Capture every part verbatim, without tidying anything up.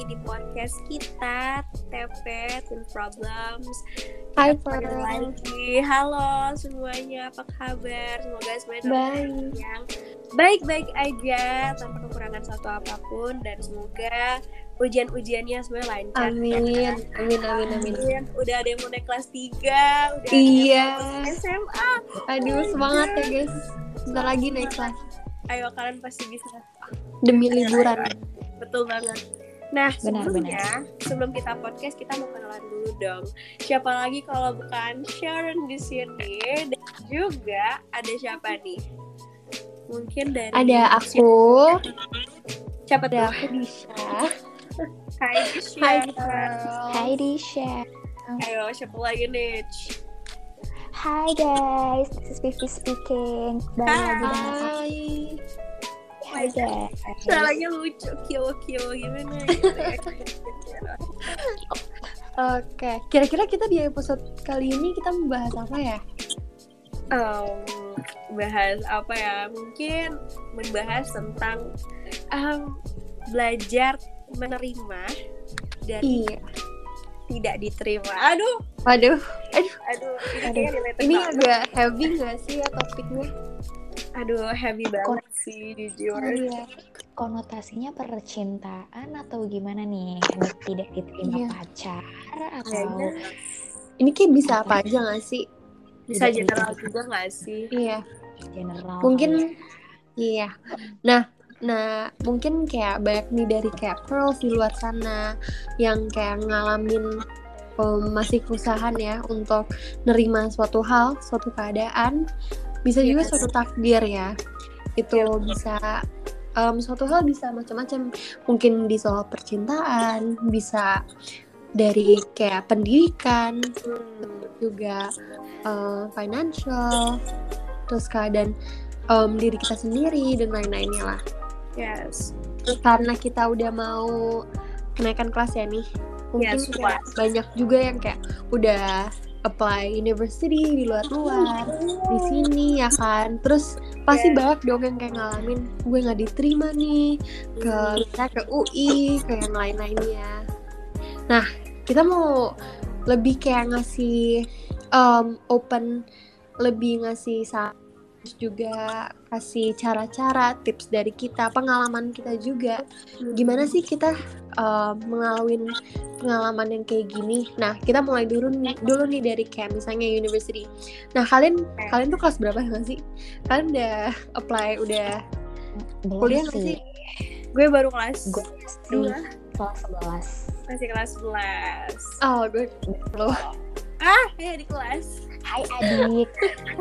di podcast kita T P Twin Problems. Hai Kita kembali lagi. Halo semuanya, apa kabar? Semoga semuanya Baik. yang baik-baik aja tanpa kekurangan satu apapun, dan semoga ujian-ujiannya semuanya lancar. Amin. Amin amin amin. Amin. Udah ada yang mau naik kelas tiga, udah Iya. ada yang mau S M A. Aduh, semangat ya guys. Bentar lagi naik kelas. Ayo, kalian pasti bisa. Demi liburan. Betul banget. Nah, Benar, sebelumnya, sebelum kita podcast, kita mau kenalan dulu dong. Siapa lagi kalau bukan Sharon di sini, dan juga ada siapa nih? Mungkin dari Ada aku. siapa tuh? Ada aku Disha. Hai Disha. Hai girl. Hai Disha. Ayo, siapa lagi nih? Hai guys, this is Vivi speaking. Balik lagi dengan aku. Hai. Hai guys. Suaranya lucu, kio-kio gimana gitu. Oke, kira-kira kita di episode kali ini kita membahas apa ya? Um, bahas apa ya? Mungkin membahas tentang um, belajar menerima dan Iya. tidak diterima. Aduh, Waduh. Aduh. aduh, ini Aduh. kayaknya related Ini banget. agak heavy nggak sih ya topiknya? Aduh, heavy banget sih jujur. Oh iya. Konotasinya percintaan atau gimana nih? Tidak diterima Iya. pacar atau Kayaknya Ini kayak bisa apa aja nggak sih? bisa tidak general diterima juga nggak sih? Iya. general? Mungkin kali iya. Nah, nah mungkin kayak banyak nih dari kayak girls di luar sana yang kayak ngalamin um, masih kesusahan ya untuk nerima suatu hal, suatu keadaan, bisa juga Yes. suatu takdir ya. Itu Yes. bisa um, suatu hal bisa macam-macam. Mungkin di soal percintaan, bisa dari kayak pendidikan, Hmm. juga uh, financial, terus keadaan um, diri kita sendiri dan lain-lainnya lah. Yes. Karena kita udah mau kenaikan kelas ya nih, mungkin Yes, kayak banyak juga yang kayak udah apply university di luar-luar, di sini ya kan. Terus pasti Yes. banyak dong yang kayak ngalamin gue nggak diterima nih ke misalnya ke U I, ke yang lain-lainnya. Nah, kita mau lebih kayak ngasih um, open, lebih ngasih saran, terus juga kasih cara-cara, tips dari kita, pengalaman kita juga. Gimana sih kita uh, mengalami pengalaman yang kayak gini? Nah, kita mulai dulu nih, dulu nih dari kayak misalnya university. Nah, kalian kalian tuh kelas berapa nggak sih? Kalian udah apply, udah belum kuliah nggak sih. sih? Gue baru kelas Gue masih dua, kelas sebelas. masih kelas sebelas. Oh, gue belum. Ah, ya di kelas. Hai adik.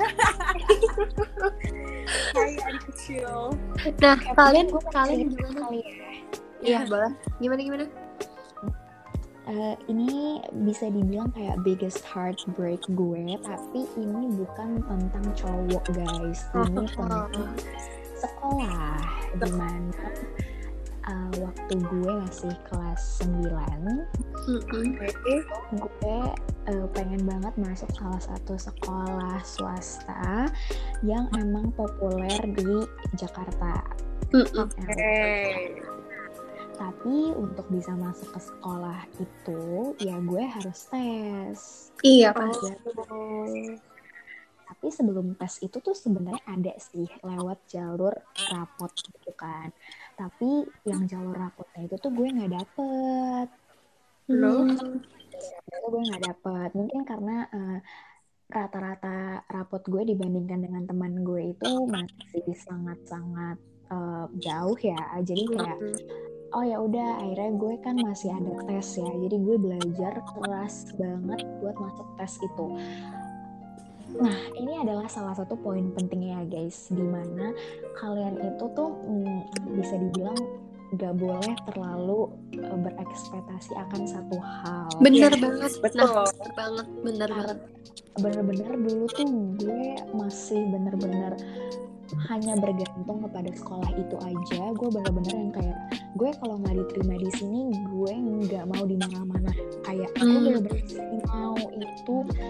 Hai adik kecil. Nah, kalian Gue kalian cerita gimana? kali ya. Iya, boleh. Gimana gimana? Eh, ini bisa dibilang kayak biggest heartbreak gue, tapi ini bukan tentang cowok guys, ini tentang sekolah, dimana uh, waktu gue masih kelas sembilan, Mm-mm. gue uh, pengen banget masuk salah satu sekolah swasta yang emang populer di Jakarta. Mm-mm. Hey. Tapi untuk bisa masuk ke sekolah itu ya gue harus tes. Iya Oh. pasti. Tapi sebelum tes itu tuh sebenarnya ada sih lewat jalur rapot gitu kan. Tapi yang jalur rapotnya itu tuh gue nggak dapet. Loh? Itu gue nggak dapet. Mungkin karena uh, rata-rata rapot gue dibandingkan dengan teman gue itu masih sangat-sangat uh, jauh ya. Jadi kayak oh ya udah, akhirnya gue kan masih ada tes ya. Jadi gue belajar keras banget buat masuk tes itu. Nah, ini adalah salah satu poin pentingnya ya guys, dimana kalian itu tuh mm, bisa dibilang gak boleh terlalu uh, berekspektasi akan satu hal. Bener Yes, banget, betul. Nah, bener banget, bener banget. Bener-bener dulu tuh gue masih bener-bener hanya bergantung kepada sekolah itu aja. Gue bener-bener yang kayak gue kalau nggak diterima di sini gue nggak mau di mana-mana. Kayak aku Hmm. bener-bener mau itu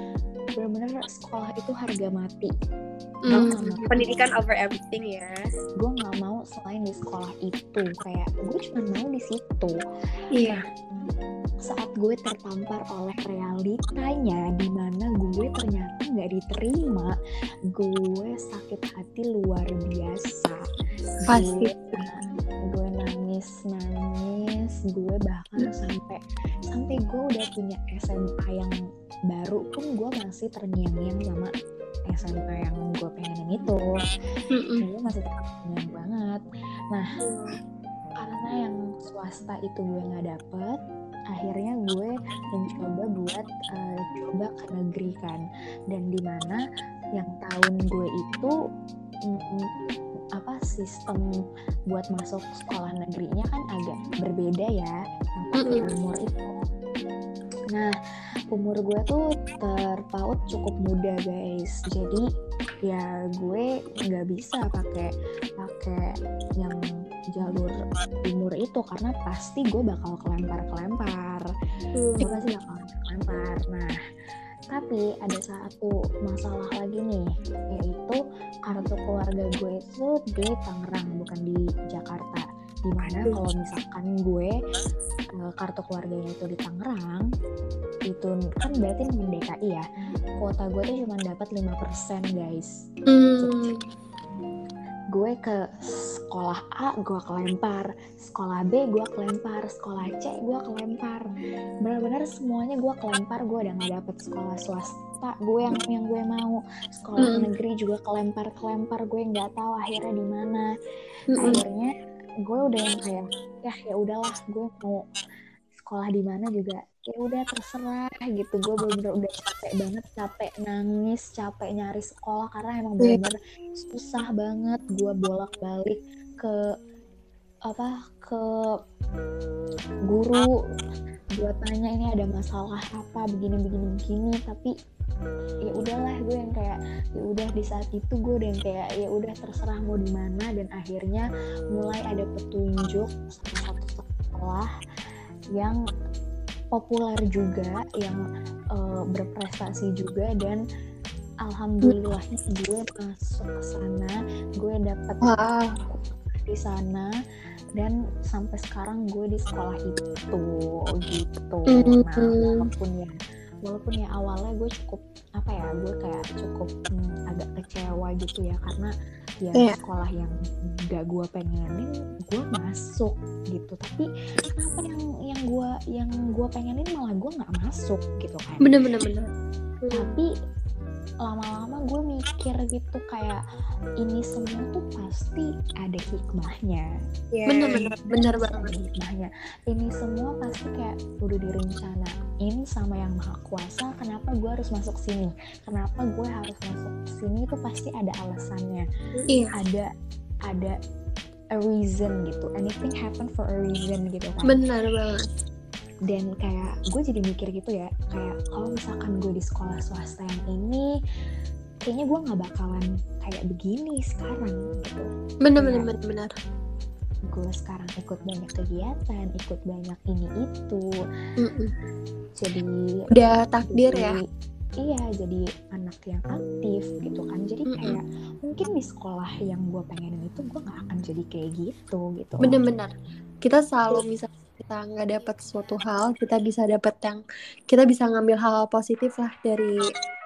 bener-bener sekolah itu harga mati. Hmm. Pendidikan over everything ya. Gue nggak mau selain di sekolah itu, kayak gue cuma mau di situ. Iya. Saat gue tertampar oleh realitanya di mana gue ternyata nggak diterima, gue sakit hati luar biasa. Pasti. Gue, gue nangis nangis, gue bahkan sampai sampai gue udah punya S M A yang baru pun gue masih terngiang-ngiang sama S M A yang gue pengenin itu. Mm-mm. Gue masih terngiang banget. Nah, karena yang swasta itu gue nggak dapet, akhirnya gue mencoba buat uh, coba ke negeri kan. Dan dimana yang tahun gue itu mm, apa sistem buat masuk sekolah negerinya kan agak berbeda ya, yang pakai umur itu. Nah, umur gue tuh terpaut cukup muda guys, jadi ya gue nggak bisa pakai pakai yang jalur umur itu karena pasti gue bakal kelempar-kelempar, gue pasti bakal kelempar. Nah, tapi ada satu masalah lagi nih, yaitu kartu keluarga gue itu di Tangerang bukan di Jakarta. Dimana kalau misalkan gue kartu keluarganya itu di Tangerang, itu kan berarti non D K I ya, kuota gue tuh cuma dapat lima persen guys. Hmm. Gue ke sekolah A gue kelempar, sekolah B gue kelempar, sekolah C gue kelempar, benar-benar semuanya gue kelempar. Gue udah nggak dapet sekolah swasta gue yang yang gue mau, sekolah mm. negeri juga kelempar kelempar gue nggak tahu akhirnya di mana. Mm. Akhirnya gue udah yang kayak ya ya udahlah, gue mau sekolah di mana juga ya udah terserah gitu. Gue bener-bener udah capek banget, capek nangis, capek nyari sekolah karena emang bener-bener susah banget. Gue bolak-balik ke apa ke guru, gue tanya ini ada masalah apa begini begini begini, tapi ya udahlah, gue yang kayak ya udah di saat itu gue udah yang kayak ya udah terserah mau di mana. Dan akhirnya mulai ada petunjuk salah satu sekolah yang populer juga, yang uh, berprestasi juga, dan alhamdulillahnya gue masuk ke sana, gue dapet wow. di sana, dan sampai sekarang gue di sekolah itu gitu. Nah, walaupun ya walaupun ya awalnya gue cukup apa ya gue kayak cukup hmm, agak kecewa gitu ya, karena ya yeah. sekolah yang gak gue pengenin gue masuk gitu, tapi kenapa yang yang gue yang gue pengenin malah gue nggak masuk gitu kan. Bener-bener bener. Tapi lama-lama gue mikir gitu kayak ini semua tuh pasti ada hikmahnya. Yeah. Bener-bener bener banget hikmahnya. Ini semua pasti kayak udah direncanain sama yang maha kuasa. Kenapa gue harus masuk sini? Kenapa gue harus masuk sini? Itu pasti ada alasannya. Yeah. Ada ada a reason gitu. Anything happen for a reason gitu kan. Benar banget. Dan kayak gue jadi mikir gitu ya, kayak kalau misalkan gue di sekolah swasta yang ini, kayaknya gue nggak bakalan kayak begini sekarang gitu. Benar-benar benar. Gue sekarang ikut banyak kegiatan, ikut banyak ini itu. Mm-mm. Jadi udah takdir jadi, ya. Iya, jadi anak yang aktif gitu kan. Jadi Mm-mm. kayak mungkin di sekolah yang gue pengenin itu gue nggak akan jadi kayak gitu gitu. Benar-benar. Kita selalu bisa kita nggak dapat suatu hal, kita bisa dapat yang kita bisa ngambil hal positif lah dari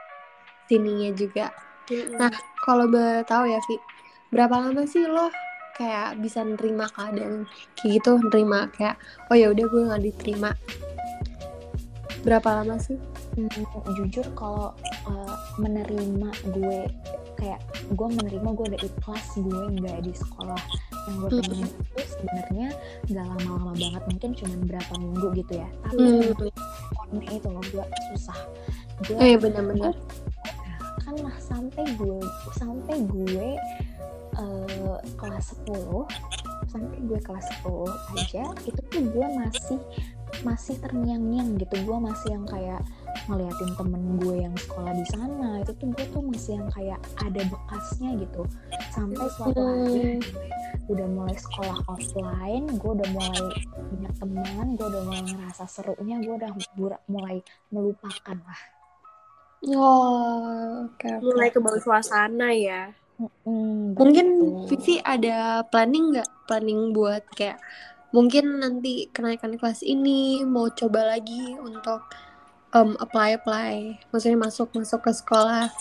sininya juga. Mm-hmm. Nah, kalau boleh tahu ya, Vi, berapa lama sih lo kayak bisa nerima keadaan kayak gitu, nerima kayak oh ya udah gue nggak diterima? Berapa lama sih? Hmm, jujur kalau uh, menerima gue kayak gue menerima gue udah ikhlas gue nggak di sekolah yang gue pengen hmm. itu sebenarnya nggak lama-lama banget, mungkin cuma berapa minggu gitu ya. Tapi hmm. itu loh gue susah. Gue eh benar-benar kan lah sampai gue sampai gue uh, kelas sepuluh sampai gue kelas sepuluh aja itu tuh gue masih masih terngiang-ngiang gitu. Gue masih yang kayak ngeliatin temen gue yang sekolah di sana, itu tuh gue tuh masih yang kayak ada bekasnya gitu. Sampai suatu hari udah mulai sekolah offline, gue udah mulai punya teman, gue udah mulai ngerasa serunya, gue udah bura, mulai melupakan lah. Oh, oke oke. Mulai ke bawah suasana ya. Mm-mm, Mungkin betul. Vivi ada planning nggak? Planning buat kayak mungkin nanti kenaikan kelas ini mau coba lagi untuk um, apply apply, maksudnya masuk masuk ke sekolah.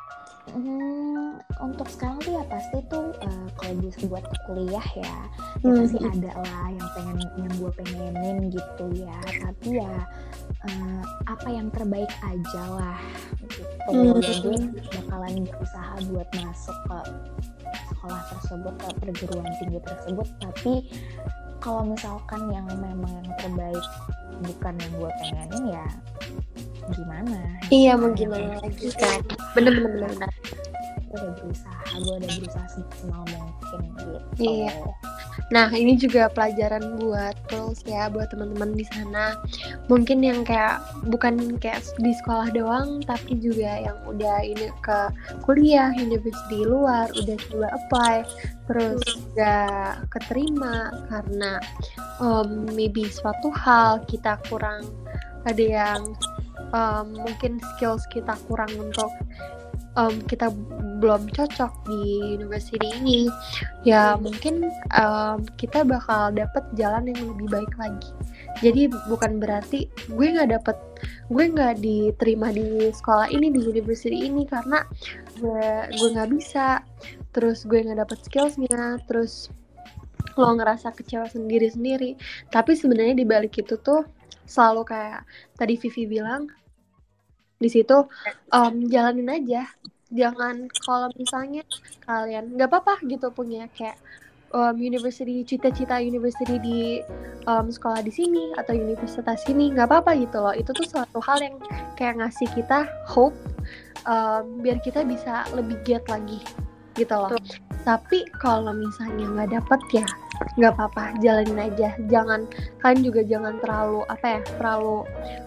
Hmm, untuk sekarang tuh ya pasti tuh uh, kalau bisa buat kuliah ya, ya Hmm. pasti ada lah yang pengen yang gue pengenin gitu ya. Tapi ya uh, apa yang terbaik aja lah gitu. Hmm. Dan gue bakalan berusaha buat masuk ke sekolah tersebut, ke perguruan tinggi tersebut. Tapi kalau misalkan yang memang yang terbaik bukan yang gue pengenin ya gimana? Iya, mau gimana lagi kan? Bener-bener bener. Gue udah berusaha, gue udah berusaha semaksimal mungkin gitu. Iya. Nah, ini juga pelajaran buat girls ya, buat teman-teman di sana. Mungkin yang kayak bukan kayak di sekolah doang, tapi juga yang udah ini ke kuliah, university luar, udah coba apply, terus gak keterima karena um, maybe suatu hal kita kurang, ada yang um, mungkin skills kita kurang untuk um, kita belum cocok di university ini, ya mungkin um, kita bakal dapet jalan yang lebih baik lagi. Jadi bukan berarti gue nggak dapet, gue nggak diterima di sekolah ini, di university ini karena gue gue nggak bisa, terus gue nggak dapet skillsnya, terus lo ngerasa kecewa sendiri-sendiri. Tapi sebenarnya di balik itu tuh selalu kayak tadi Vivi bilang, di situ um, jalanin aja. Jangan kalau misalnya kalian nggak apa-apa gitu punya kayak um, university, cita-cita university di um, sekolah di sini atau universitas sini, nggak apa-apa gitu loh. Itu tuh suatu hal yang kayak ngasih kita hope um, biar kita bisa lebih giat lagi gitu loh. Tuh. Tapi kalau misalnya nggak dapet ya nggak apa-apa, jalanin aja. Jangan, kalian juga jangan terlalu apa ya terlalu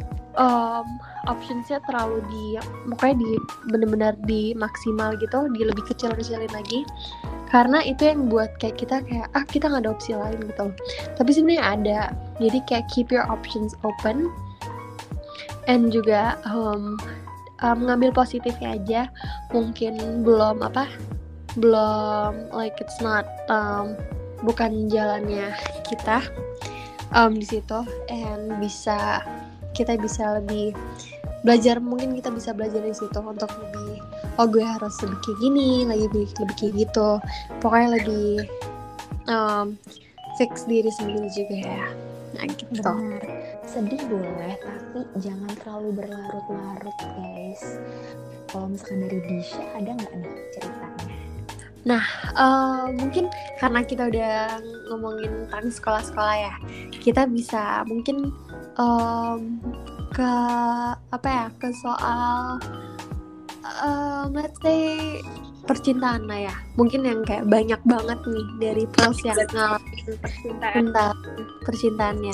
um, optionsnya terlalu di pokoknya di benar-benar di maksimal gitu, di lebih kecil-kecilin lagi, karena itu yang buat kayak kita kayak ah kita nggak ada opsi lain gitu. Tapi sebenarnya ada, jadi kayak keep your options open and juga um, um, ngambil positifnya aja. Mungkin belum apa belum like it's not um, bukan jalannya kita um, di situ, and bisa kita bisa lebih belajar, mungkin kita bisa belajar di situ untuk lebih oh gue harus lebih kayak gini, lebih lebih kayak gitu, pokoknya lebih um, fix diri sendiri juga ya. Nah gitu. Benar. Sedih boleh, tapi jangan terlalu berlarut-larut guys. Kalau misalkan dari Disha ada nggak nih ceritanya? Nah, uh, mungkin karena kita udah ngomongin tentang sekolah-sekolah ya, kita bisa mungkin um, ke apa ya ke soal um, let's say percintaan lah ya. Mungkin yang kayak banyak banget nih dari pros yang ngalamin percintaan. tentang percintaannya.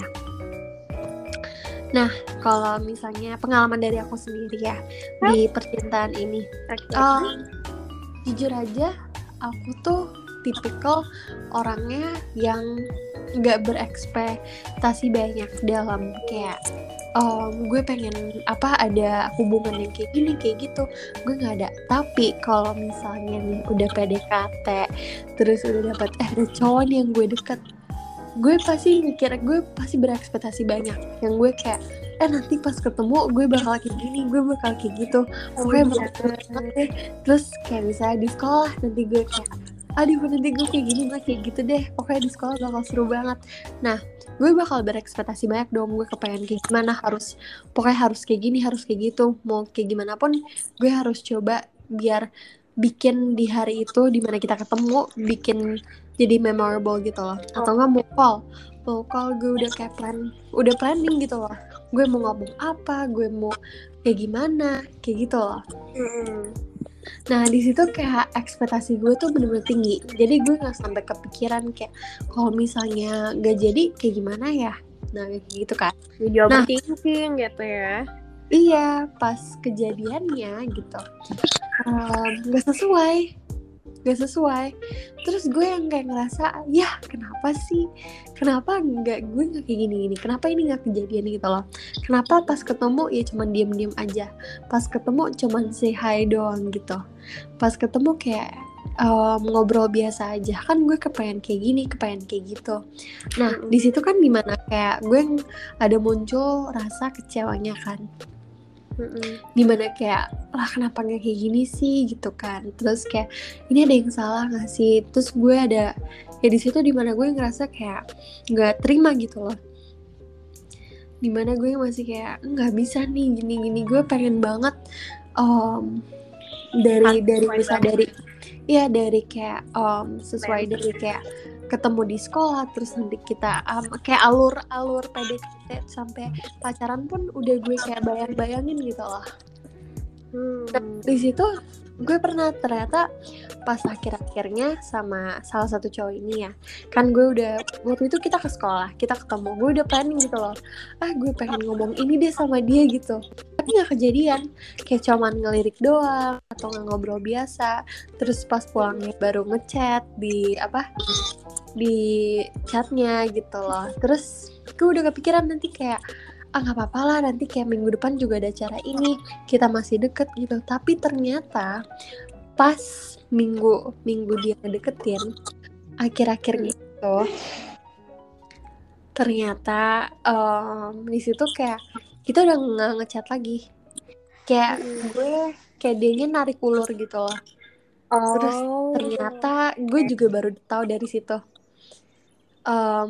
Nah, kalau misalnya pengalaman dari aku sendiri ya di percintaan ini, Okay. um, jujur aja aku tuh tipikal orangnya yang nggak berekspektasi banyak dalam kayak um, gue pengen apa ada hubungan yang kayak gini kayak gitu, gue nggak ada. Tapi kalau misalnya nih udah P D K T terus udah dapet eh ada cowok nih yang gue deket, gue pasti mikir, gue pasti berekspektasi banyak yang gue kayak eh nanti pas ketemu gue bakal kayak gini, gue bakal kayak gitu, pokoknya Oh, bakal banget deh. Terus kayak misalnya di sekolah nanti gue kayak aduh nanti gue kayak gini lah kayak gitu deh, pokoknya di sekolah bakal seru banget. Nah gue bakal berekspektasi banyak dong, gue kepengen kayak gimana, harus pokoknya harus kayak gini, harus kayak gitu, mau kayak gimana pun gue harus coba biar bikin di hari itu dimana kita ketemu bikin jadi memorable gitu loh. Atau nggak mau call mau call gue udah kayak plan udah planning gitu loh, gue mau ngomong apa, gue mau kayak gimana kayak gitu loh. Mm-mm. Nah di situ kayak ekspektasi gue tuh bener-bener tinggi, jadi gue nggak sampai kepikiran kayak kalau misalnya gak jadi kayak gimana ya. Nah kayak gitu kan. Jadi overthinking gitu ya. Iya, pas kejadiannya gitu um, gak sesuai gak sesuai. Terus gue yang kayak ngerasa, ya kenapa sih, kenapa nggak gue nggak kayak gini-gini, kenapa ini nggak kejadian gitu loh. Kenapa pas ketemu ya cuman diem-diem aja, pas ketemu cuman say hi doang gitu, pas ketemu kayak um, ngobrol biasa aja. Kan gue kepengen kayak gini, kepengen kayak gitu. Nah di situ kan dimana kayak gue ada muncul rasa kecewanya kan. Mm-mm. Dimana kayak lah kenapa nggak kayak gini sih gitu kan. Terus kayak ini ada yang salah nggak sih. Terus gue ada ya di situ dimana gue ngerasa kayak nggak terima gitu loh. Dimana gue masih kayak nggak bisa nih gini-gini. Gue pengen banget um, dari dari bisa dari ya dari kayak um, sesuai dari kayak ketemu di sekolah, terus nanti kita um, kayak alur-alur P D K T sampai pacaran pun udah gue kayak bayang-bayangin gitu loh. Hmm. Nah, di situ gue pernah ternyata pas akhir-akhirnya sama salah satu cowok ini ya, kan gue udah waktu itu kita ke sekolah, kita ketemu, gue udah planning gitu loh, ah gue pengen ngomong ini deh sama dia gitu, tapi nggak kejadian, kayak cuman ngelirik doang atau ngobrol biasa, terus pas pulangnya baru ngechat di apa di chatnya gitu loh. Terus gue udah kepikiran nanti kayak ah nggak apa-apa lah, nanti kayak minggu depan juga ada acara ini, kita masih deket gitu. Tapi ternyata pas minggu minggu dia ngedeketin akhir-akhirnya itu ternyata um, di situ kayak kita udah nggak ngechat lagi, kayak gue kayak dianya narik ulur gitu loh. Oh. Terus ternyata gue juga baru tahu dari situ um,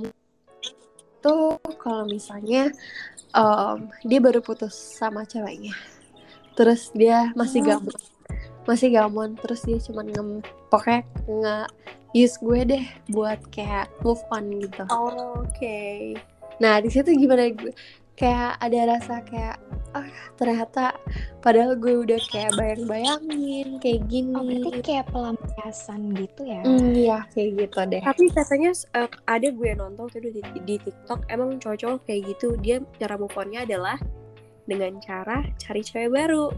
tuh kalau misalnya um, dia baru putus sama ceweknya, terus dia masih gamon masih gamon terus dia cuman nge pokoknya nggak use gue deh buat kayak move on gitu. Oh, oke. Okay. Nah di situ gimana gue kayak ada rasa kayak ah ternyata padahal gue udah kayak bayang-bayangin kayak gini. Oh, berarti kayak pelampiasan gitu ya? Mm, iya kayak gitu deh. Tapi katanya uh, ada gue nonton tuh di, di TikTok, emang cowok-cowok kayak gitu, dia cara move on-nya adalah dengan cara cari cewek baru.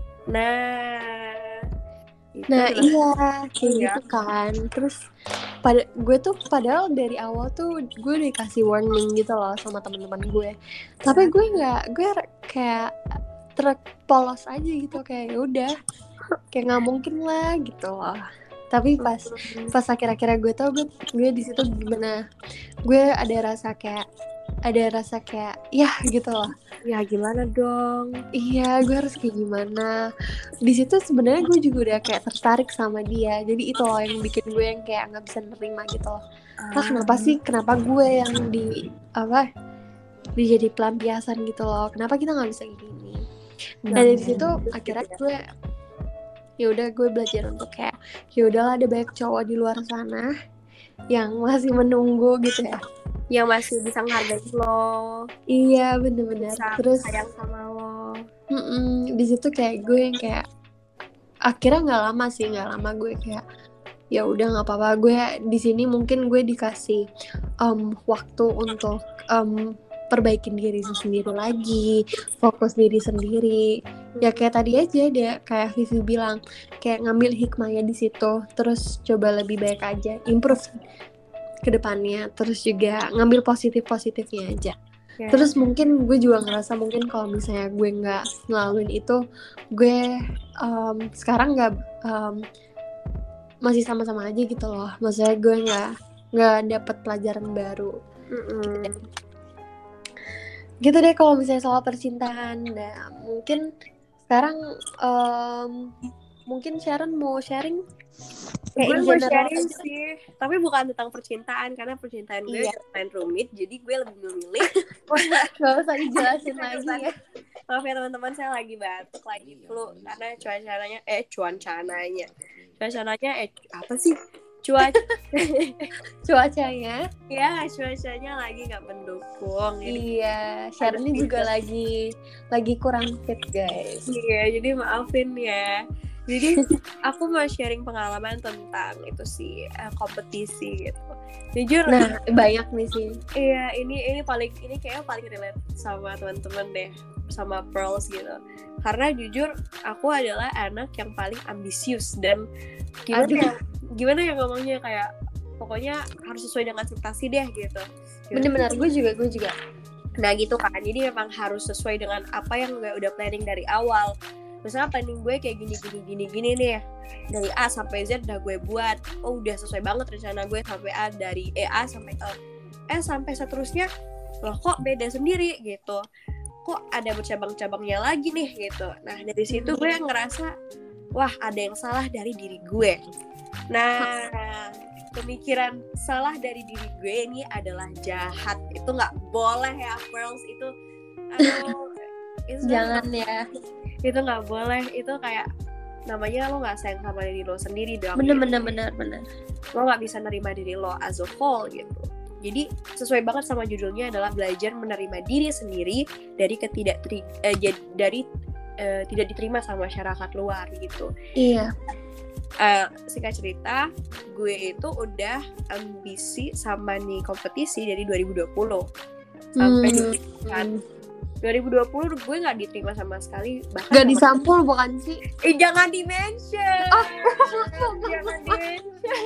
Nah, itu nah lah. iya kayak Iya. gitu kan. Terus pada gue tuh padahal dari awal tuh gue udah kasih warning gitu loh sama teman-teman gue, tapi gue nggak, gue kayak terpolos aja gitu, kayak udah kayak nggak mungkin lah gitu loh. Tapi pas pas akhir-akhirnya gue tau gue gue di situ gimana, gue ada rasa kayak ada rasa kayak ya gitu loh, Ya gimana dong? iya gue harus kayak gimana. Di situ sebenarnya gue juga udah kayak tertarik sama dia, jadi itu loh yang bikin gue yang kayak nggak bisa nerima gitu loh. Lah kenapa sih, kenapa gue yang di apa dijadi pelampiasan gitu loh, kenapa kita nggak bisa gini. Dan dari situ akhirnya gue ya udah gue belajar untuk kayak ya udahlah, ada banyak cowok di luar sana yang masih menunggu gitu ya, yang masih bisa menghargai lo, iya bener-bener. bisa Terus sayang sama lo. di situ kayak gue yang kayak akhirnya nggak lama sih nggak lama gue kayak ya udah nggak apa-apa, gue di sini mungkin gue dikasih um, waktu untuk um, perbaikin diri sendiri lagi, fokus diri sendiri. Ya kayak tadi aja deh, kayak Vivi bilang, kayak ngambil hikmahnya di situ, terus coba lebih baik aja, improve ke depannya, terus juga ngambil positif-positifnya aja. Yeah. Terus mungkin gue juga ngerasa mungkin kalau misalnya gue nggak ngelaluin itu, gue um, sekarang nggak um, masih sama-sama aja gitu loh. Maksudnya gue nggak nggak dapet pelajaran baru. Gitu. gitu deh kalau misalnya soal percintaan. Nah mungkin sekarang um, mungkin Sharon mau sharing. Gue mau sharing sih, tapi bukan tentang percintaan, karena percintaan gue iya. lumayan rumit, jadi gue lebih memilih gak usah dijelasin lagi ya. Maaf ya teman-teman, saya lagi batuk, lagi flu, karena cuacanya eh cuacanya cuacanya eh apa sih cuaca cuacanya ya cuacanya lagi nggak mendukung. Iya, Sharon ini juga lagi lagi kurang fit guys. Iya, jadi maafin ya. Jadi aku mau sharing pengalaman tentang itu sih, uh, kompetisi gitu. Jujur. Nah, banyak nih sih. Iya, ini ini paling ini kayaknya paling relate sama teman-teman deh, sama Pearls gitu. Karena jujur aku adalah anak yang paling ambisius dan gimana ya? gimana ya ngomongnya, kayak pokoknya harus sesuai dengan ekspektasi deh gitu. Bener-bener, gue juga gue juga. Nah gitu kan, jadi memang harus sesuai dengan apa yang gue udah planning dari awal. Misalnya planning gue kayak gini gini gini gini nih, dari A sampai Z udah gue buat, oh udah sesuai banget rencana gue sampai A, dari E A sampai E, eh sampai seterusnya loh kok beda sendiri gitu, kok ada bercabang-cabangnya lagi nih gitu. Nah dari situ gue ngerasa wah ada yang salah dari diri gue. Nah pemikiran salah dari diri gue ini adalah jahat. Itu nggak boleh ya girls, itu aduh itu Jangan ya. Itu nggak boleh, itu kayak namanya lo nggak sayang sama diri lo sendiri dong. Bener bener bener bener. Lo nggak bisa nerima diri lo as a whole gitu. Jadi sesuai banget sama judulnya adalah belajar menerima diri sendiri dari ketidak eh, dari eh, tidak diterima sama masyarakat luar gitu. Iya. Uh, singkat cerita, gue itu udah ambisi sama nih kompetisi dari dua ribu dua puluh sampai hmm. kan dua ribu dua puluh gue nggak diterima sama sekali, bahkan gak disampul bukan sih? Eh jangan di-mention. Oh. Jangan di-mention.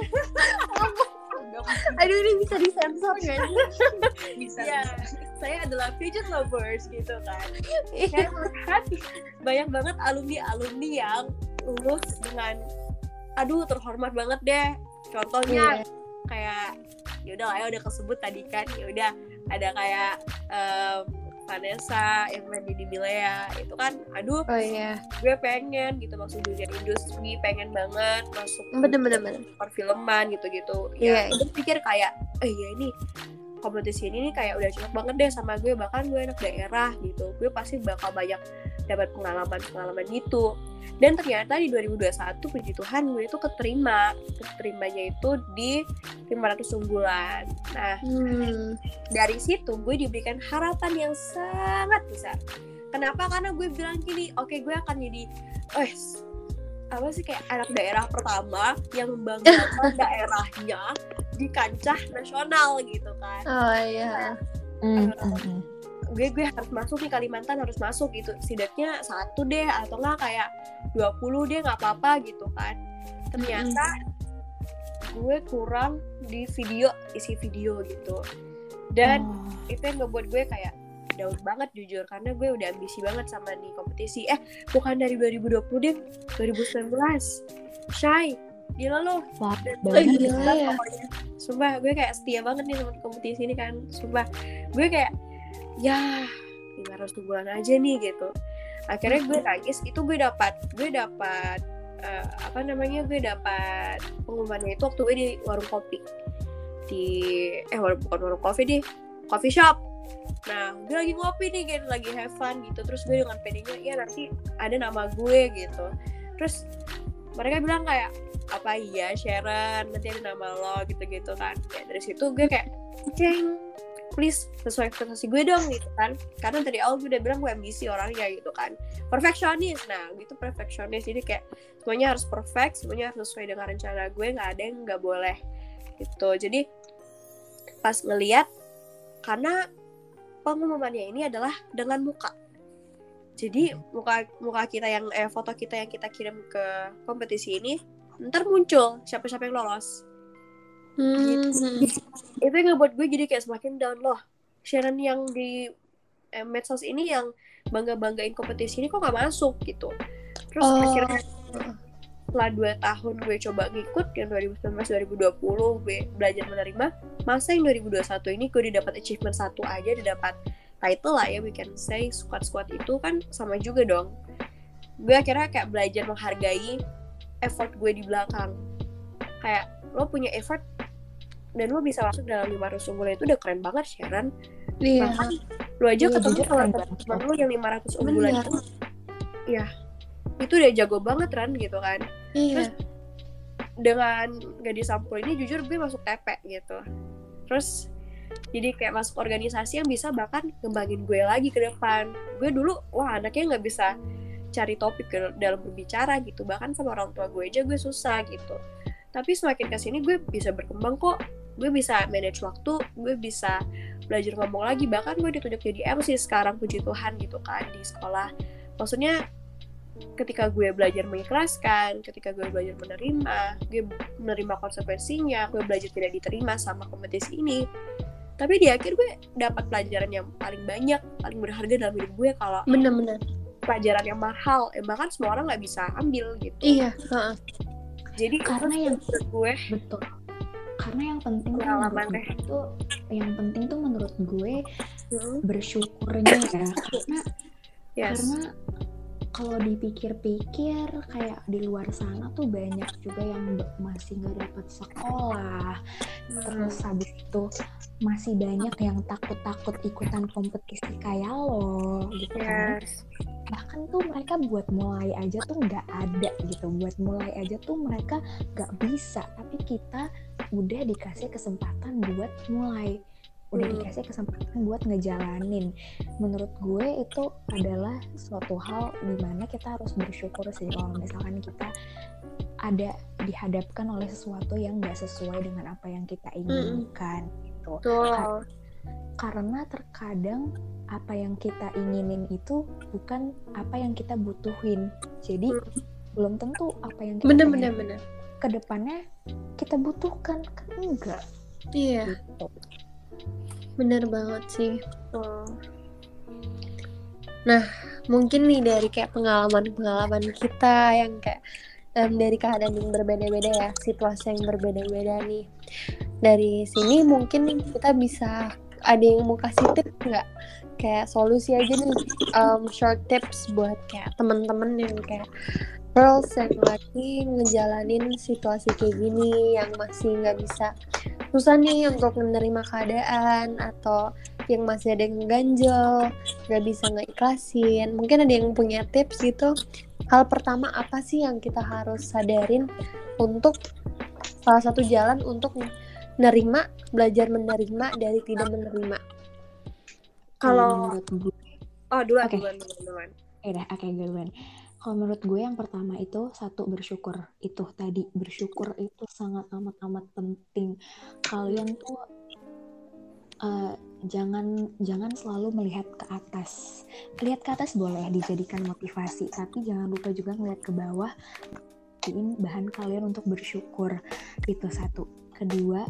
Aduh ini bisa disensor nggak sih? Bisa. Ya, saya adalah fidget lovers gitu kan. Saya melihat banyak banget alumni-alumni yang lulus dengan aduh terhormat banget deh. Contohnya yeah. kayak ya udah lah ya udah kesebut tadi kan, ya udah ada kayak um, Vanessa yang main di Milea itu kan, aduh oh iya gue pengen gitu masuk dunia industri, pengen banget masuk bener-bener perfilman gitu-gitu. yeah. Ya gue pikir kayak eh ya ini kompetisi ini nih kayak udah cocok banget deh sama gue, bahkan gue anak daerah gitu, gue pasti bakal banyak dapat pengalaman-pengalaman gitu. Dan ternyata di dua ribu dua puluh satu puji Tuhan gue itu keterima, keterimanya itu di lima ratus unggulan. Nah hmm. dari situ gue diberikan harapan yang sangat besar. Kenapa? Karena gue bilang gini, oke okay, gue akan jadi eh apa sih kayak anak daerah pertama yang membanggakan daerahnya di kancah nasional gitu kan. Oh iya. Uh, gue gue harus masuk nih, Kalimantan harus masuk gitu, setidaknya satu deh atau enggak kayak dua puluh deh nggak apa-apa gitu kan. Ternyata mm. gue kurang di video, isi video gitu, dan oh. itu yang ngebuat gue kayak down banget jujur, karena gue udah ambisi banget sama nih kompetisi. Eh bukan dari dua ribu dua puluh deh, dua ribu sembilan belas Shy, gila lo. Wah, gila ya. Sumpah gue kayak setia banget nih sama kompetisi ini kan. Sumpah gue kayak ya lima ratus bulan aja nih gitu. Akhirnya gue nangis, itu gue dapat gue dapat uh, apa namanya gue dapat pengumumannya itu waktu gue di warung kopi di eh warung bukan warung kopi deh coffee shop. Nah gue lagi ngopi nih gitu, lagi have fun gitu, terus gue dengan pedenya ya nanti ada nama gue gitu. Terus mereka bilang kayak apa iya Sharon nanti ada nama lo gitu-gitu kan. Ya dari situ gue kayak ceng please sesuai ekspektasi gue dong gitu kan, karena dari awal gue udah bilang gue ambisi orangnya gitu kan, perfeksionis. Nah gitu perfeksionis, jadi kayak semuanya harus perfect, semuanya harus sesuai dengan rencana gue, nggak ada yang nggak boleh gitu. Jadi pas ngelihat, karena pengumumannya ini adalah dengan muka, jadi muka muka kita yang eh foto kita yang kita kirim ke kompetisi ini ntar muncul siapa-siapa yang lolos. Hmm. Gitu. Itu yang ngebuat gue jadi kayak semakin down loh. Sharon yang di eh, medsos ini yang bangga-banggain kompetisi ini kok gak masuk gitu. Terus oh. akhirnya setelah dua tahun gue coba ngikut yang dua ribu sembilan belas dua ribu dua puluh gue belajar menerima, masa yang dua ribu dua puluh satu ini gue udah dapat achievement satu aja, udah dapat title lah ya, we can say squad-squad itu kan sama juga dong. Gue akhirnya kayak belajar menghargai effort gue di belakang. Kayak lo punya effort dan lo bisa masuk dalam lima ratus unggulan itu udah keren banget Sharon. Iya. Bahkan lo aja iya, ketemu sama teman lo yang lima ratus unggulan itu, ya itu udah jago banget Ran gitu kan. Iya. Terus dengan gak disampul ini jujur gue masuk T P gitu. Terus jadi kayak masuk organisasi yang bisa bahkan ngembangin gue lagi ke depan. Gue dulu wah anaknya nggak bisa cari topik dalam berbicara gitu, bahkan sama orang tua gue aja gue susah gitu. Tapi semakin kesini gue bisa berkembang kok, gue bisa manage waktu, gue bisa belajar ngomong lagi, bahkan gue ditunjuk jadi M C sekarang puji Tuhan gitu kan di sekolah. Maksudnya ketika gue belajar mengikhlaskan, ketika gue belajar menerima, gue menerima konsekuensinya, gue belajar tidak diterima sama kompetisi ini. Tapi di akhir gue dapat pelajaran yang paling banyak, paling berharga dalam hidup gue, kalau benar-benar pelajaran yang mahal, eh, bahkan semua orang nggak bisa ambil gitu. Iya. Uh-uh. Jadi Karena yang gue betul. Karena yang penting tuh pengalaman menurut teh. gue tuh, yang penting tuh menurut gue Hmm. bersyukurnya ya. Karena Yes. karena kalau dipikir-pikir kayak di luar sana tuh banyak juga yang be- masih nggak dapat sekolah, terus habis itu masih banyak yang takut-takut ikutan kompetisi kayak lo gitu kan. Yes. Bahkan tuh mereka buat mulai aja tuh nggak ada gitu, buat mulai aja tuh mereka nggak bisa, tapi kita udah dikasih kesempatan buat mulai, udah Hmm. dikasih kesempatan buat ngejalanin. Menurut gue itu adalah suatu hal dimana kita harus bersyukur sih kalau misalkan kita ada dihadapkan oleh sesuatu yang nggak sesuai dengan apa yang kita inginkan gitu. Kar- Betul. karena terkadang apa yang kita inginin itu bukan apa yang kita butuhin. Jadi belum tentu apa yang kita Benar-benar pengen benar. ke depannya kita butuhkan, kan enggak Iya, gitu. benar banget sih. Betul. Mungkin nih dari kayak pengalaman-pengalaman kita yang kayak em, dari keadaan yang berbeda-beda ya, situasi yang berbeda-beda nih. Dari sini mungkin nih kita bisa, ada yang mau kasih tips nggak? Kayak solusi aja nih, um, short tips buat kayak teman-teman yang kayak girls yang lagi ngejalanin situasi kayak gini, yang masih nggak bisa, susah nih untuk menerima keadaan, atau yang masih ada yang ganjel, nggak bisa ngeikhlasin. Mungkin ada yang punya tips gitu. Hal pertama apa sih yang kita harus sadarin untuk salah satu jalan untuk menerima, belajar menerima dari tidak menerima? Kalau menurut gue, oh duluan Oke. duluan duluan duluan. eh dah, oke duluan. Kalau menurut gue yang pertama itu satu, bersyukur. Itu tadi, bersyukur itu sangat amat amat penting. Kalian tuh eh, jangan jangan selalu melihat ke atas. Lihat ke atas boleh dijadikan motivasi, tapi jangan lupa juga ngeliat ke bawah. Jadiin bahan kalian untuk bersyukur. Itu satu. Kedua,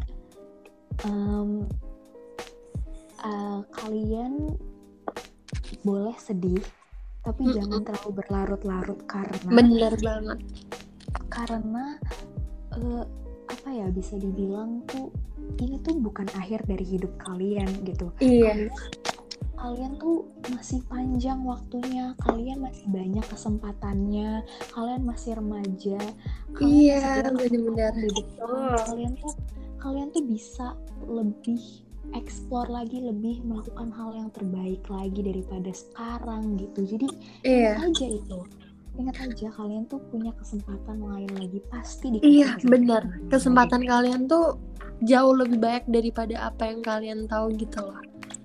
em, eh, kalian boleh sedih, tapi Mm-mm. jangan terlalu berlarut-larut, karena Bener banget. karena eh, apa ya, bisa dibilang tuh ini tuh bukan akhir dari hidup kalian gitu. Iya. Kalian, kalian tuh masih panjang waktunya, kalian masih banyak kesempatannya, kalian masih remaja, kalian Iya, masih banyak bener-bener. di depan. Oh. Kalian tuh kalian tuh bisa lebih explore lagi, lebih melakukan hal yang terbaik lagi daripada sekarang gitu. Jadi Iya. ingat aja itu, ingat aja kalian tuh punya kesempatan lain lagi, pasti dikasih Iya, kesempatan bener. lain Kesempatan lagi. kalian tuh jauh lebih banyak daripada apa yang kalian tahu gitu loh.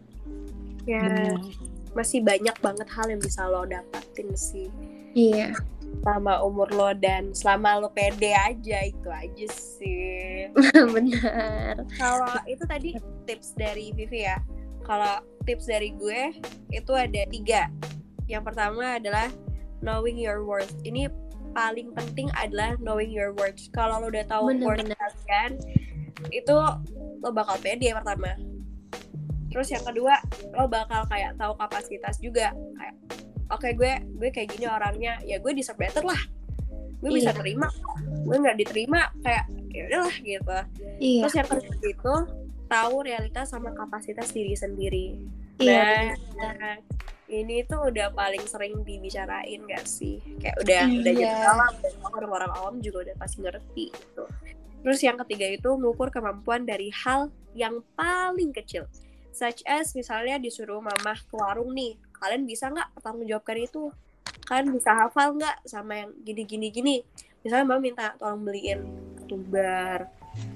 Ya, Bener. masih banyak banget hal yang bisa lo dapatin sih Iya. selama umur lo, dan selama lo pede aja, itu aja sih. Benar. Kalau itu tadi tips dari Vivi ya. Kalau tips dari gue itu ada tiga. Yang pertama adalah knowing your worth. Ini paling penting adalah knowing your worth. Kalau lo udah tahu Bener, worth bener. kalian, itu lo bakal pede pertama. Terus yang kedua, lo bakal kayak tahu kapasitas juga. Kayak oke, okay, gue gue kayak gini orangnya, ya gue deserve better lah. Gue bisa Iya. terima. Gue nggak diterima, kayak ya udahlah gitu. Iya. Terus yang kedua itu tahu realitas sama kapasitas diri sendiri. Iya. Nah, ini tuh udah paling sering dibicarain gak sih? Kayak udah Iya. udah jadi alam, dan orang-orang awam juga udah pasti ngerti gitu. Terus yang ketiga itu mengukur kemampuan dari hal yang paling kecil. Such as misalnya disuruh mamah ke warung nih, kalian bisa nggak pertanggungjawabkan itu? Kalian bisa hafal nggak sama yang gini-gini gini? Misalnya mama minta tolong beliin ketumbar,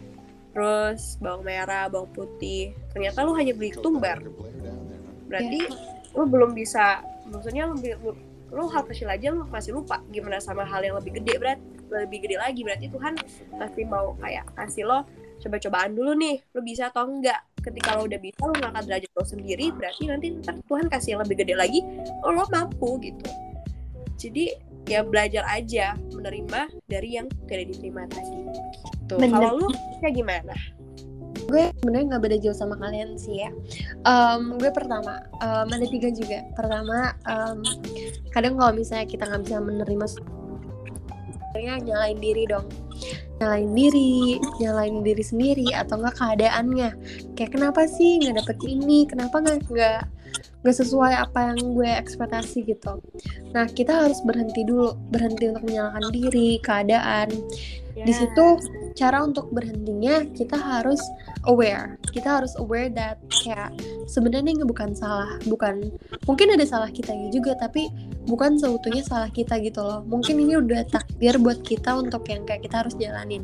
terus bawang merah, bawang putih. Ternyata lu hanya beli ketumbar. Berarti lu belum bisa, maksudnya lu, lu, lu hal kecil aja lu masih lupa. Gimana sama hal yang lebih gede, berarti lebih gede lagi. Berarti Tuhan masih mau kayak kasih lo coba-cobaan dulu nih, lu bisa atau enggak. Ketika lo udah bisa, lo ngangkat derajat lo sendiri, berarti nanti ntar Tuhan kasih yang lebih gede lagi, oh, lo mampu gitu. Jadi ya belajar aja menerima dari yang tidak diterima tadi gitu. Bener. Kalau lu kayak gimana? Gue sebenarnya nggak beda jauh sama kalian sih ya. Um, gue pertama um, ada tiga juga. Pertama, um, kadang kalau misalnya kita nggak bisa menerima, sebenarnya nyalain diri dong. Nyalain diri, nyalain diri sendiri atau nggak keadaannya. Kayak kenapa sih nggak dapet ini? Kenapa nggak nggak nggak sesuai apa yang gue ekspektasi gitu. Nah, kita harus berhenti dulu, berhenti untuk menyalahkan diri, keadaan. Yeah. Di situ cara untuk berhentinya kita harus aware. Kita harus aware that kayak sebenarnya ini bukan salah, bukan mungkin ada salah kita juga, tapi bukan seutuhnya salah kita gitu loh. Mungkin ini udah takdir buat kita untuk yang kayak kita harus jalanin.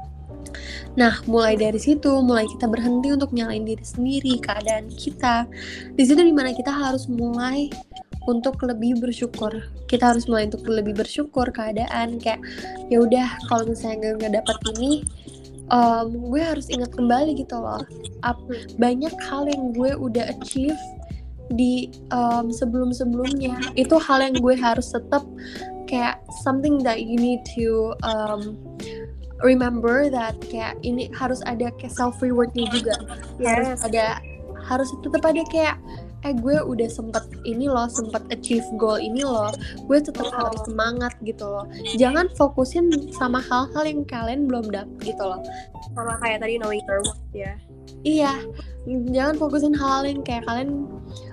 Nah, mulai dari situ, mulai kita berhenti untuk nyalain diri sendiri, keadaan kita. Di situ dimana kita harus mulai untuk lebih bersyukur. Kita harus mulai untuk lebih bersyukur keadaan. Kayak, ya udah, kalau misalnya nggak dapat ini, um, gue harus ingat kembali gitu loh. Up, banyak hal yang gue udah achieve di um, sebelum-sebelumnya. Itu hal yang gue harus tetap kayak something that you need to um, remember that kayak ini harus ada kayak self rewardnya juga. Yes. Harus ada, harus tetap ada kayak eh gue udah sempet ini loh, sempet achieve goal ini loh, gue tetap oh. harus semangat gitu loh. Jangan fokusin sama hal-hal yang kalian belum dapet gitu loh. Sama kayak tadi knowing your worth ya. Iya, jangan fokusin hal yang kayak kalian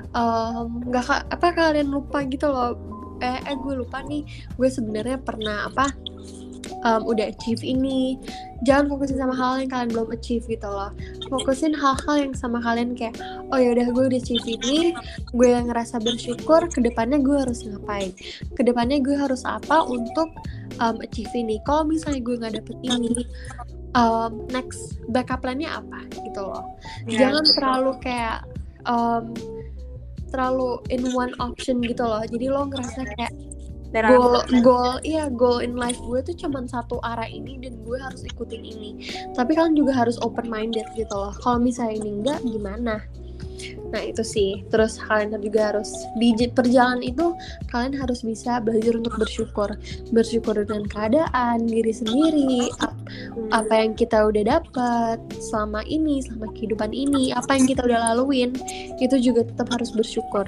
nggak um, apa kalian lupa gitu loh. Eh, eh gue lupa nih, gue sebenarnya pernah apa um, udah achieve ini. Jangan fokusin sama hal yang kalian belum achieve gitu loh. Fokusin hal-hal yang sama kalian kayak, oh ya udah gue udah achieve ini, gue ngerasa bersyukur. Kedepannya gue harus ngapain? Kedepannya gue harus apa untuk um, achieve ini? Kalau misalnya gue nggak dapet ini, um, next backup plan-nya apa gitu loh. Yeah, jangan betul. terlalu kayak um, terlalu in one option gitu loh. Jadi lo ngerasa kayak goal goal iya goal in life gue tuh cuman satu arah ini dan gue harus ikutin ini. Tapi kalian juga harus open minded gitu loh. Kalau misalnya ini enggak gimana? Nah itu sih. Terus kalian juga harus di perjalanan itu kalian harus bisa belajar untuk bersyukur. Bersyukur dengan keadaan diri sendiri, ap- apa yang kita udah dapat selama ini, selama kehidupan ini, apa yang kita udah laluin, itu juga tetap harus bersyukur.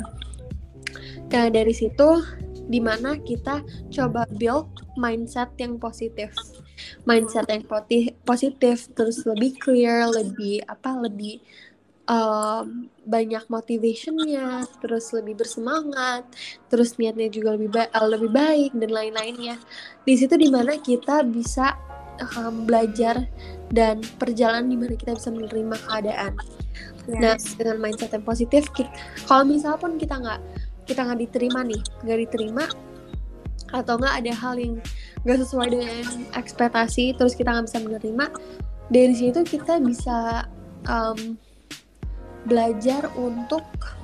Nah dari situ dimana kita coba build mindset yang positif, mindset yang positif, terus lebih clear, lebih apa, lebih um, banyak motivationnya, terus lebih bersemangat, terus niatnya juga lebih ba- lebih baik dan lain-lainnya. Di situ dimana kita bisa um, belajar dan perjalanan dimana kita bisa menerima keadaan. Yes. Nah dengan mindset yang positif, kita, kalau misal pun kita nggak kita nggak diterima nih, nggak diterima atau nggak ada hal yang nggak sesuai dengan ekspektasi, terus kita nggak bisa menerima, dari situ kita bisa um, belajar untuk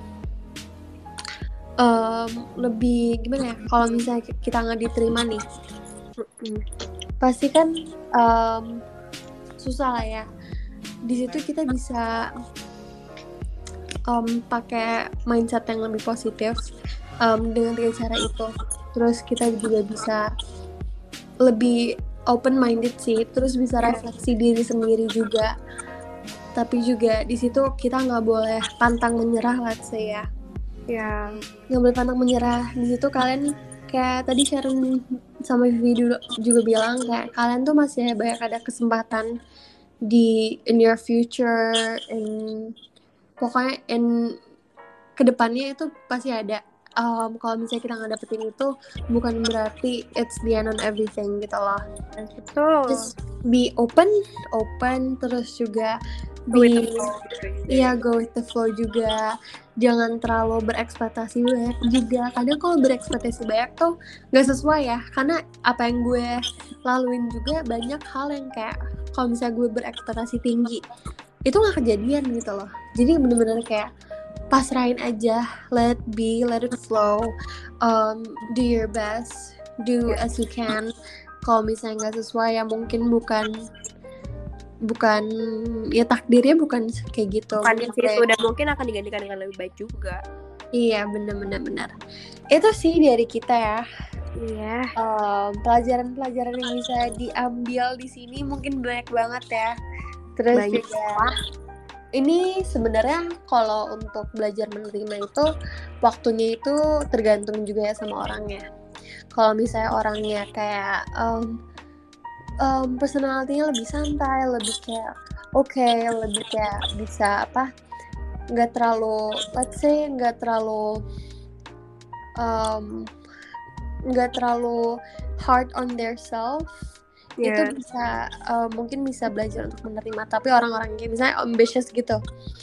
um, lebih gimana ya, kalau misalnya kita nggak diterima nih, pasti kan um, susah lah ya. Di situ kita bisa Um, pakai mindset yang lebih positif um, dengan tiga cara itu. Terus kita juga bisa lebih open minded sih, terus bisa refleksi diri sendiri juga. Tapi juga di situ kita nggak boleh pantang menyerah, let's say ya. Ya. Nggak boleh pantang menyerah. Di situ kalian kayak tadi Sharon sama Vivi juga bilang kayak kalian tuh masih banyak ada kesempatan di in your future, in pokoknya in kedepannya itu pasti ada. Um, kalau misalnya kita nggak dapetin itu, bukan berarti it's the end on everything gitu loh. Betul. Just be open, open terus juga be, iya go with the flow juga. Jangan terlalu berekspektasi banyak juga. Kadang kalau berekspektasi banyak tuh nggak sesuai ya. Karena apa yang gue laluin juga banyak hal yang kayak kalau misalnya gue berekspektasi tinggi, itu gak kejadian gitu loh. Jadi bener-bener kayak pasrahin aja, let be, let it flow, um, do your best, do as you can. Kalau misalnya gak sesuai ya mungkin bukan bukan ya takdirnya bukan kayak gitu. Bukan di situ dan mungkin akan digantikan dengan lebih baik juga. Iya bener-bener benar. Itu sih dari kita ya. Iya. Um, pelajaran-pelajaran yang bisa diambil di sini mungkin banyak banget ya. Terus Banyak. juga ini sebenarnya kalau untuk belajar menerima itu waktunya itu tergantung juga ya sama orangnya. Kalau misalnya orangnya kayak um, um, personality-nya lebih santai, lebih kayak oke, okay, lebih kayak bisa apa? Nggak terlalu, let's say nggak terlalu um, nggak terlalu hard on their self. Yeah. Itu bisa uh, mungkin bisa belajar untuk menerima. Tapi orang-orang kayak misalnya ambitious gitu,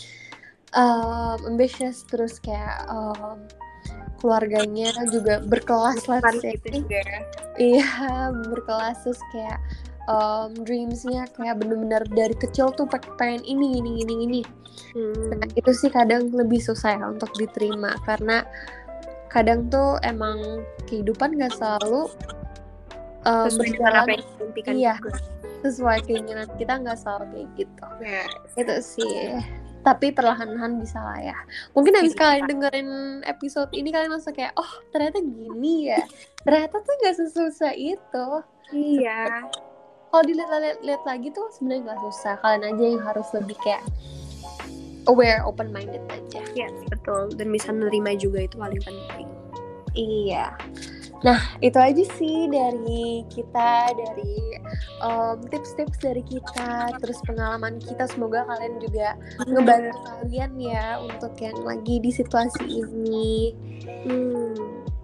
um, ambitious terus kayak um, keluarganya juga berkelas lah gitu juga. Iya, berkelas terus kayak um, dreamsnya kayak bener-bener dari kecil tuh pengen ini ini ini ini. Hmm. Nah, itu sih kadang lebih susah ya untuk diterima karena kadang tuh emang kehidupan gak selalu um, berjalan iya juga. Sesuai keinginan kita nggak selalu kayak gitu. Yes. Itu sih. Tapi perlahan-lahan bisa lah ya. Mungkin habis kalian dengerin episode ini kalian langsung kayak, oh ternyata gini ya. Ternyata tuh nggak sesusah itu. Iya. Kalau dilihat-lihat lagi tuh sebenarnya nggak susah. Kalian aja yang harus lebih kayak aware, open minded aja. Yes, betul. Dan bisa menerima juga itu paling penting. Iya. Nah, itu aja sih dari kita, dari um, tips-tips dari kita, terus pengalaman kita. Semoga kalian juga ngebantu kalian ya untuk yang lagi di situasi ini. Hmm.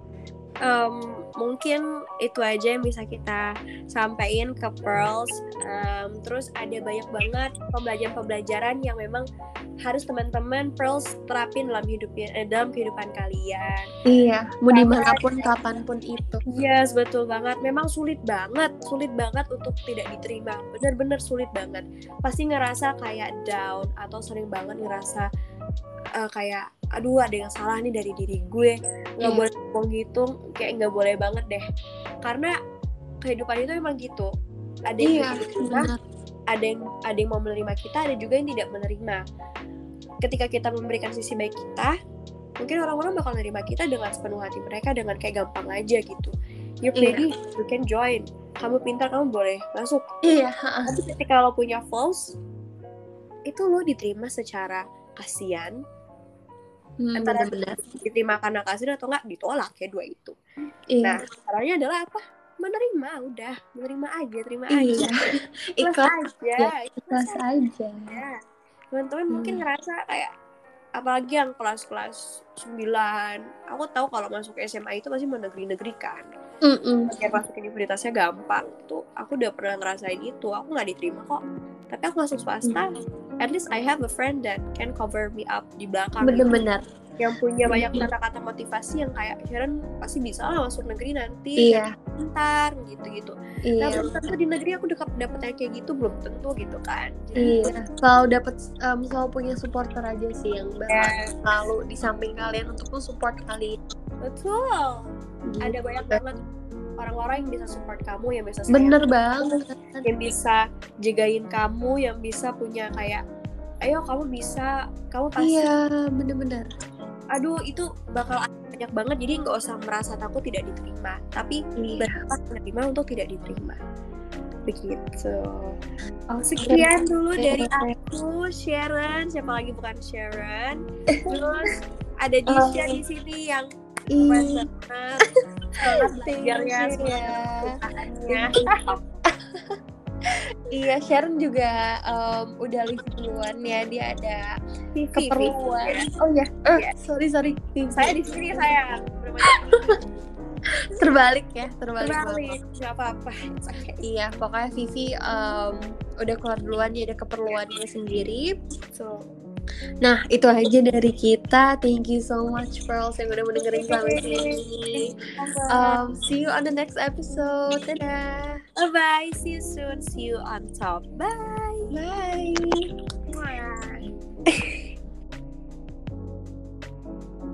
Um, mungkin itu aja yang bisa kita sampaikan ke Pearls. Um, terus ada banyak banget pembelajaran-pembelajaran yang memang harus teman-teman Pearls terapin dalam hidupnya, eh, dalam kehidupan kalian. Iya, mau dimanapun, kapanpun itu. Yes, betul banget. Memang sulit banget, sulit banget untuk tidak diterima. Benar-benar sulit banget. Pasti ngerasa kayak down atau sering banget ngerasa uh, kayak, aduh ada yang salah nih dari diri gue. Nggak yeah. boleh ngomong gitu, kayak nggak boleh banget deh. Karena kehidupan itu emang gitu. Ada yang yeah, diterima, ada yang ada yang mau menerima kita, ada juga yang tidak menerima. Ketika kita memberikan sisi baik kita, mungkin orang-orang bakal menerima kita dengan sepenuh hati mereka, dengan kayak gampang aja gitu. You're pretty, yeah. you can join. Kamu pintar, kamu boleh masuk. Iya. Yeah. Tapi ketika lo punya flaws, itu lo diterima secara kasihan. Hmm, antara benar-benar diterima karena kasihan atau enggak ditolak, kayak dua itu. Iya. Nah, caranya adalah apa? Menerima, udah, menerima aja, terima iya. aja. Ikhlas aja, ya, ikhlas aja. Ya. Teman-teman hmm. mungkin ngerasa kayak, apalagi yang kelas-kelas sembilan, aku tahu kalau masuk S M A itu pasti mau negeri-negeri kan. Kayak masuk universitasnya gampang. Tuh, aku udah pernah ngerasain itu. Aku nggak diterima kok. Tapi aku masuk swasta. Mm. At least I have a friend that can cover me up di belakang. Bener-bener. Yang punya banyak kata-kata motivasi yang kayak Sharon pasti bisa lah masuk negeri nanti. Iya. Bentar gitu-gitu. Iya. Nah, belum tentu di negeri aku dapet dapet yang kayak gitu, belum tentu gitu kan. Jadi, iya. Selalu dapet um, selalu punya supporter aja sih yang bakal yeah. selalu di samping kalian untuk mensupport kalian. Betul. Gitu. Ada banyak banget orang-orang yang bisa support kamu, yang bisa sayang bener kamu, banget, yang bisa jagain kamu, yang bisa punya kayak, ayo kamu bisa, kamu pasti. Iya, bener-bener. Aduh, itu bakal banyak banget, jadi nggak usah merasa takut tidak diterima, tapi iya. berhak menerima untuk tidak diterima. Begitu. Oh, sekian dulu dari aku, Sharon. Siapa lagi bukan Sharon? Terus ada Disha di sini yang Iya. belajarnya ya. Iya, Sharon juga um, udah leave duluan ya, dia ada Vivi, keperluan. Vivi. Oh ya, uh, yeah. sorry sorry. Vivi. Saya di sini sayang. terbalik ya, terbalik. Terbalik, nggak apa-apa. Okay. Iya, pokoknya Vivi um, udah keluar duluan, dia ada keperluannya sendiri. So. Nah, itu aja dari kita. Thank you so much, Pearls, yang udah mendengarin sampai sini. Um, see you on the next episode. Dadah. Bye-bye. See you soon. See you on top. Bye. Bye. Bye.